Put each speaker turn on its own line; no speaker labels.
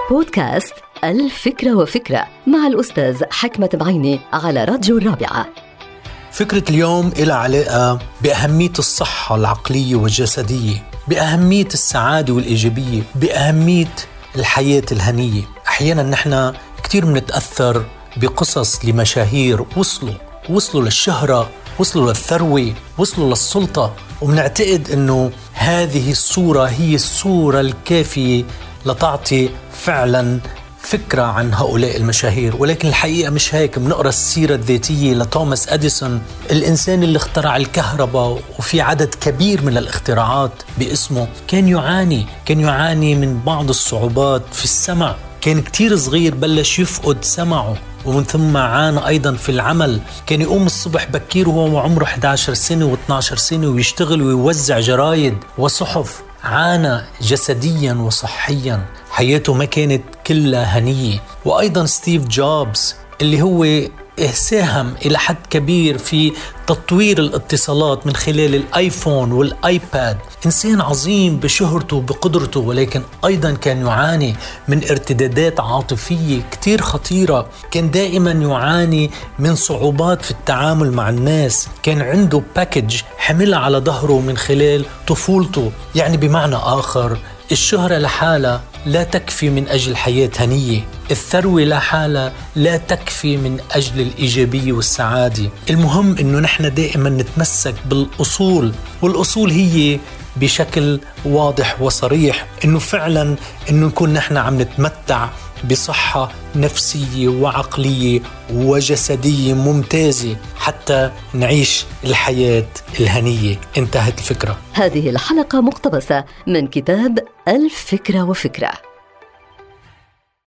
بودكاست الفكرة وفكرة مع الأستاذ حكمة بعيني على راديو الرابعة.
فكرة اليوم إلها علاقة بأهمية الصحة العقلية والجسدية، بأهمية السعادة والإيجابية، بأهمية الحياة الهنية. أحيانا نحن كتير منتأثر بقصص لمشاهير وصلوا للشهرة، وصلوا للثروة، وصلوا للسلطة، ومنعتقد أنه هذه الصورة هي الصورة الكافية لتعطي فعلا فكرة عن هؤلاء المشاهير. ولكن الحقيقة مش هيك. بنقرأ السيرة الذاتية لتوماس أديسون، الإنسان اللي اخترع الكهرباء وفي عدد كبير من الاختراعات باسمه. كان يعاني من بعض الصعوبات في السمع، كان كتير صغير بلش يفقد سمعه، ومن ثم عانى أيضا في العمل. كان يقوم الصبح بكير وهو عمره 11 سنة و12 سنة ويشتغل ويوزع جرايد وصحف. عانى جسديا وصحيا، حياته ما كانت كلها هنية. وأيضا ستيف جوبز اللي هو ساهم إلى حد كبير في تطوير الاتصالات من خلال الآيفون والآيباد. إنسان عظيم بشهرته وبقدرته، ولكن أيضا كان يعاني من ارتدادات عاطفية كتير خطيرة. كان دائما يعاني من صعوبات في التعامل مع الناس. كان عنده باكج حملها على ظهره من خلال طفولته. يعني بمعنى آخر، الشهرة لحالها لا تكفي من أجل حياة هنية، الثروة لحالها لا تكفي من أجل الإيجابية والسعادة. المهم أنه نحن دائما نتمسك بالأصول، والأصول هي بشكل واضح وصريح أنه فعلا أنه نكون نحن عم نتمتع بصحة نفسية وعقلية وجسدية ممتازة حتى نعيش الحياة الهنية. انتهت الفكرة.
هذه الحلقة مقتبسة من كتاب الفكرة وفكرة.